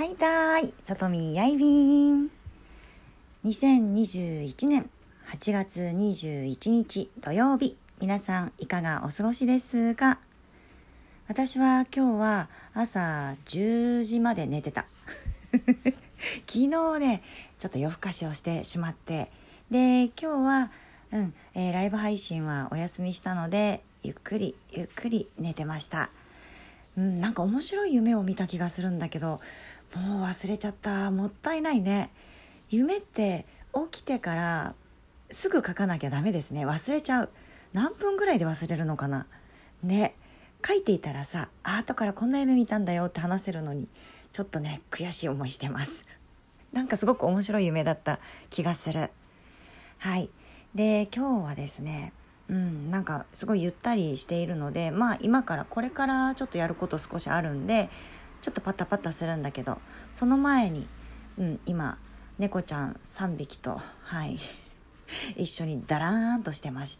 はいだーい、さとみやいびん。2021年8月21日土曜日、皆さんいかがお過ごしですか？私は今日は朝10時まで寝てた昨日ねちょっと夜更かしをしてしまって、で今日はライブ配信はお休みしたのでゆっくり寝てました。なんか面白い夢を見た気がするんだけど、もう忘れちゃった。もったいないね。夢って起きてからすぐ書かなきゃダメですね。忘れちゃう。何分ぐらいで忘れるのかなね。書いていたらさ、後からこんな夢見たんだよって話せるのに、ちょっとね悔しい思いしてます。なんかすごく面白い夢だった気がする。はい。で今日はですね、なんかすごいゆったりしているので、今からこれからちょっとやること少しあるんで、ちょっとパタパタするんだけど、その前に、今猫ちゃん3匹と一緒にダラーンとしてました。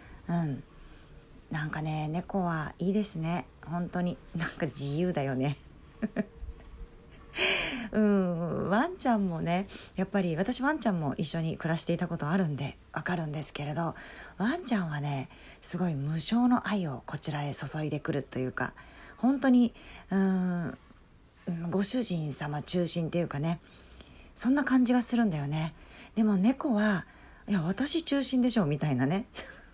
なんかね、猫はいいですね。本当になんか自由だよねワンちゃんもね、やっぱり私ワンちゃんも一緒に暮らしていたことあるんでわかるんですけれど、ワンちゃんはねすごい無償の愛をこちらへ注いでくるというか、本当にご主人様中心っていうかね、そんな感じがするんだよね。でも猫はいや私中心でしょみたいなね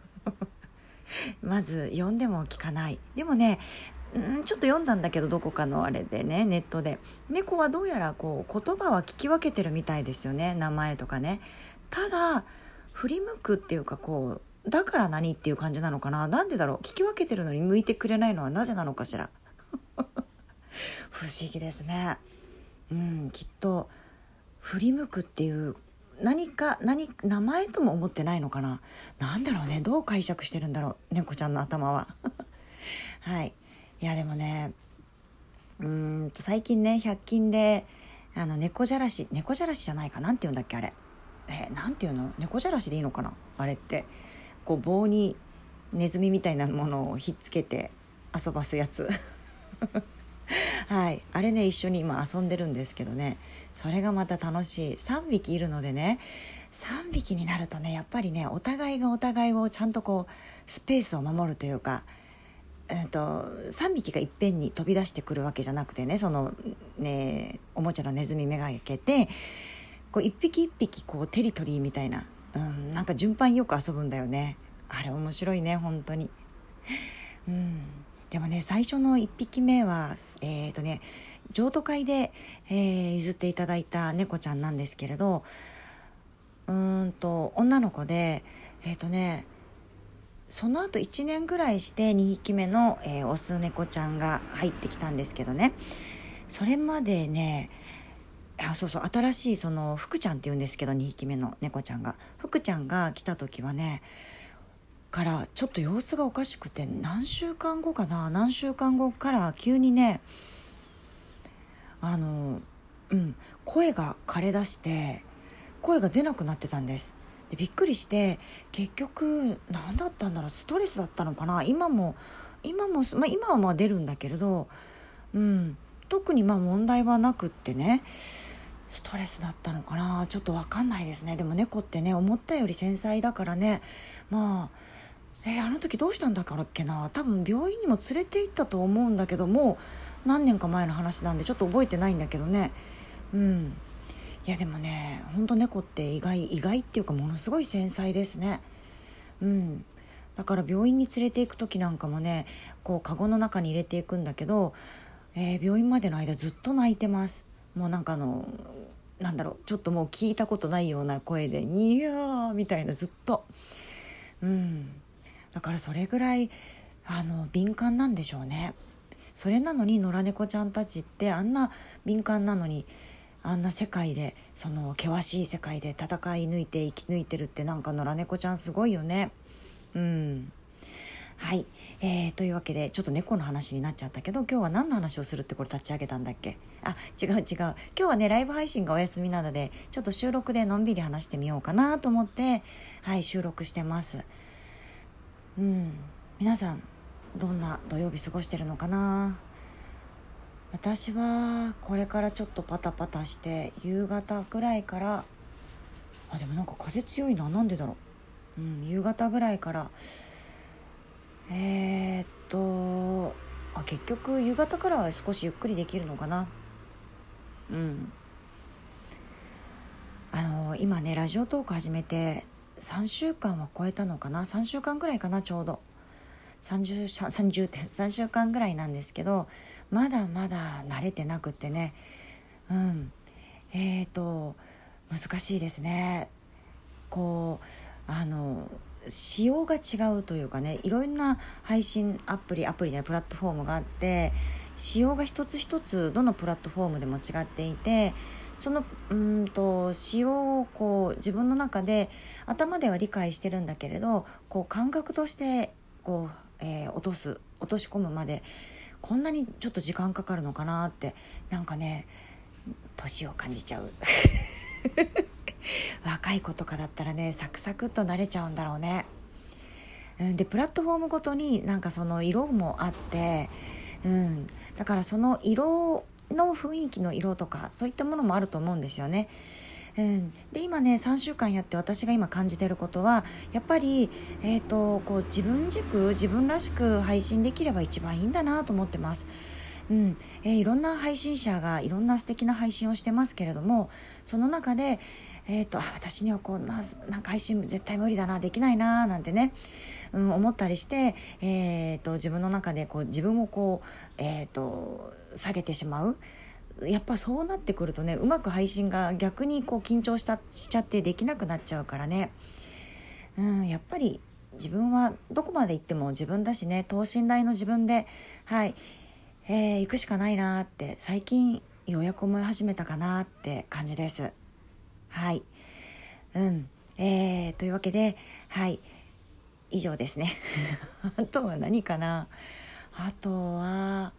まず呼んでも聞かない。でもねちょっと読んだんだけど、どこかのあれでね、ネットで猫はどうやらこう言葉は聞き分けてるみたいですよね、名前とかね。ただ振り向くっていうか、こうだから何っていう感じなのかな。なんでだろう、聞き分けてるのに向いてくれないのはなぜなのかしら不思議ですね。きっと振り向くっていう名前とも思ってないのかな。なんだろうね、どう解釈してるんだろう、猫ちゃんの頭ははい。いやでもね、最近ね100均で猫じゃらしじゃないか、なんて言うんだっけあれ、なんて言うの、猫じゃらしでいいのかなあれって。こう棒にネズミみたいなものをひっつけて遊ばすやつはい、あれね一緒に今遊んでるんですけどね、それがまた楽しい。3匹いるのでね、3匹になるとねやっぱりね、お互いがお互いをちゃんとこうスペースを守るというか、3匹がいっぺんに飛び出してくるわけじゃなくてね、そのねおもちゃのネズミめがけてこう一匹一匹こうテリトリーみたいな、なんか順番よく遊ぶんだよね。あれ面白いね本当に。でもね最初の1匹目は譲渡会で、譲っていただいた猫ちゃんなんですけれど、女の子でその後1年ぐらいして2匹目の、オス猫ちゃんが入ってきたんですけどね、それまでね新しいその福ちゃんっていうんですけど、2匹目の猫ちゃんが福ちゃんが来た時はねからちょっと様子がおかしくて、何週間後から急にね声が枯れ出して声が出なくなってたんです。でびっくりして、結局何だったんだろう、ストレスだったのかな。今は出るんだけれど、特に問題はなくってね、ストレスだったのかな、ちょっと分かんないですね。でも猫ってね思ったより繊細だからね、あの時どうしたんだからっけな、多分病院にも連れて行ったと思うんだけども、何年か前の話なんでちょっと覚えてないんだけどね。いやでもね本当猫って意外っていうかものすごい繊細ですね。だから病院に連れて行く時なんかもね、こうカゴの中に入れていくんだけど、病院までの間ずっと泣いてます。もうなんかなんだろう、ちょっともう聞いたことないような声でニヤーみたいな、ずっとだからそれぐらい敏感なんでしょうね。それなのに野良猫ちゃんたちってあんな敏感なのに、あんな世界でその険しい世界で生き抜いてるって、なんか野良猫ちゃんすごいよね。はい、というわけでちょっと猫の話になっちゃったけど、今日は何の話をするってこれ立ち上げたんだっけ。違う今日はねライブ配信がお休みなので、ちょっと収録でのんびり話してみようかなと思って収録してます。皆さんどんな土曜日過ごしてるのかな。 私はこれからちょっとパタパタして夕方ぐらいから、でもなんか風強いな、なんでだろう、夕方ぐらいから結局夕方からは少しゆっくりできるのかな。今ねラジオトーク始めて3週間は超えたのかな、3週間ぐらいかな、ちょうど3週間ぐらいなんですけど、まだまだ慣れてなくってね、難しいですね。仕様が違うというかね、いろんな配信アプリじゃないプラットフォームがあって、仕様が一つ一つどのプラットフォームでも違っていて、その仕様を自分の中で頭では理解してるんだけれど、感覚として落とし込むまでこんなにちょっと時間かかるのかなって、なんかね年を感じちゃう若い子とかだったらねサクサクっと慣れちゃうんだろうね。でプラットフォームごとになんかその色もあって、だからその色の雰囲気の色とかそういったものもあると思うんですよね。で今ね3週間やって私が今感じてることはやっぱり、自分軸自分らしく配信できれば一番いいんだなと思ってます。いろんな配信者がいろんな素敵な配信をしてますけれども、その中で、私にはなんか配信絶対無理だな、できないななんてね、思ったりして、自分の中で自分を下げてしまう。やっぱそうなってくるとね、うまく配信が逆に緊張しちゃってできなくなっちゃうからね、やっぱり自分はどこまで行っても自分だしね、等身大の自分で行くしかないなって最近ようやく思い始めたかなって感じです。というわけで以上ですねあとは何かな、あとは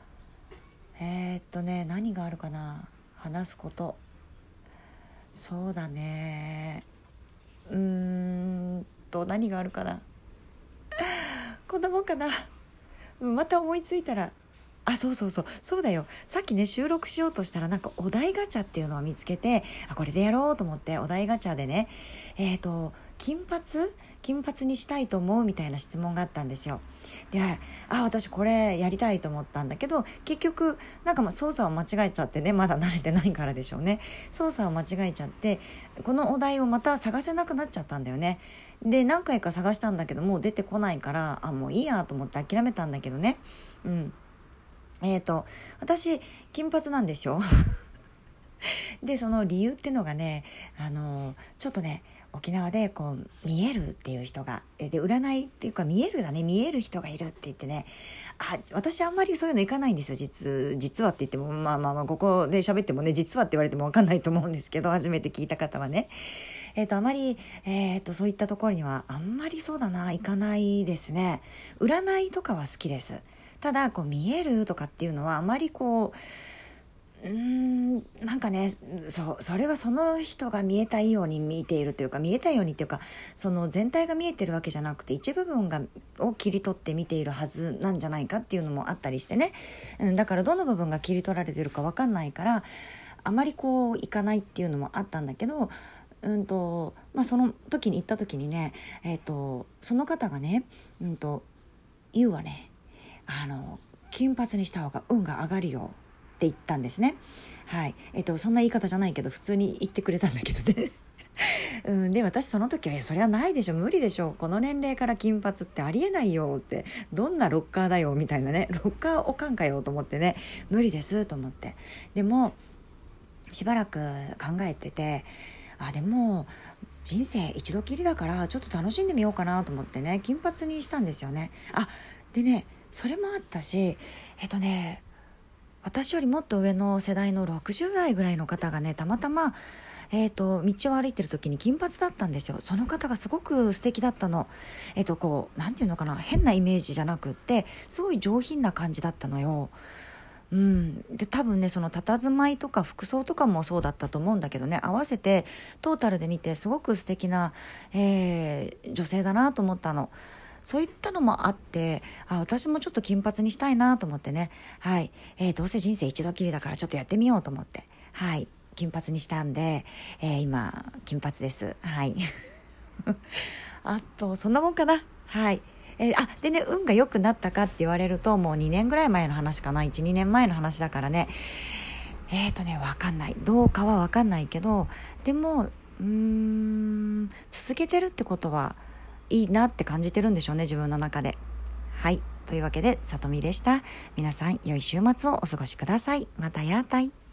何があるかな、話すこと、そうだね、何があるかなこんなもんかな。また思いついたら、そうだよ、さっきね収録しようとしたらなんかお題ガチャっていうのを見つけて、これでやろうと思ってお題ガチャでね、金髪にしたいと思うみたいな質問があったんですよ。で私これやりたいと思ったんだけど、結局なんか操作を間違えちゃってね、まだ慣れてないからでしょうね、操作を間違えちゃってこのお題をまた探せなくなっちゃったんだよね。で何回か探したんだけどもう出てこないから、もういいやと思って諦めたんだけどね。私金髪なんですよでその理由ってのがね、ちょっとね沖縄で見えるっていう人がで占いっていうか見える人がいるって言ってね、私あんまりそういうの行かないんですよ。実はって言ってもここで喋ってもね実はって言われても分かんないと思うんですけど、初めて聞いた方はね、あまり、そういったところにはあんまりそうだな行かないですね。占いとかは好きです。ただ見えるとかっていうのはあまりなんかねそれはその人が見えたいように見ているというか、見えたいようにっていうか、その全体が見えてるわけじゃなくて一部分を切り取って見ているはずなんじゃないかっていうのもあったりしてね、だからどの部分が切り取られてるか分かんないからあまりいかないっていうのもあったんだけど、その時に行った時にね、その方がね、言うはね金髪にした方が運が上がるよって言ったんですね。そんな言い方じゃないけど普通に言ってくれたんだけどねで私その時はそれはないでしょ、無理でしょ、この年齢から金髪ってありえないよって、どんなロッカーだよみたいなね、ロッカーおかんかよと思ってね、無理ですと思って、でもしばらく考えてて、でも人生一度きりだからちょっと楽しんでみようかなと思ってね金髪にしたんですよね。でねそれもあったし、私よりもっと上の世代の60代ぐらいの方がねたまたま、道を歩いてる時に金髪だったんですよ。その方がすごく素敵だったの。なんていうのかな、変なイメージじゃなくってすごい上品な感じだったのよ。で多分ねその佇まいとか服装とかもそうだったと思うんだけどね、合わせてトータルで見てすごく素敵な、女性だなと思ったの。 そういったのもあって、私もちょっと金髪にしたいなと思ってね、はい、どうせ人生一度きりだからちょっとやってみようと思って、はい、金髪にしたんで、今金髪です。はいあとそんなもんかな。はい。でね、運が良くなったかって言われると、もう2年ぐらい前の話かな。1、2年前の話だからね。わかんない。どうかはわかんないけど、でも、続けてるってことはいいなって感じてるんでしょうね、自分の中で。はい。というわけで、さとみでした。皆さん、良い週末をお過ごしください。またやーたい。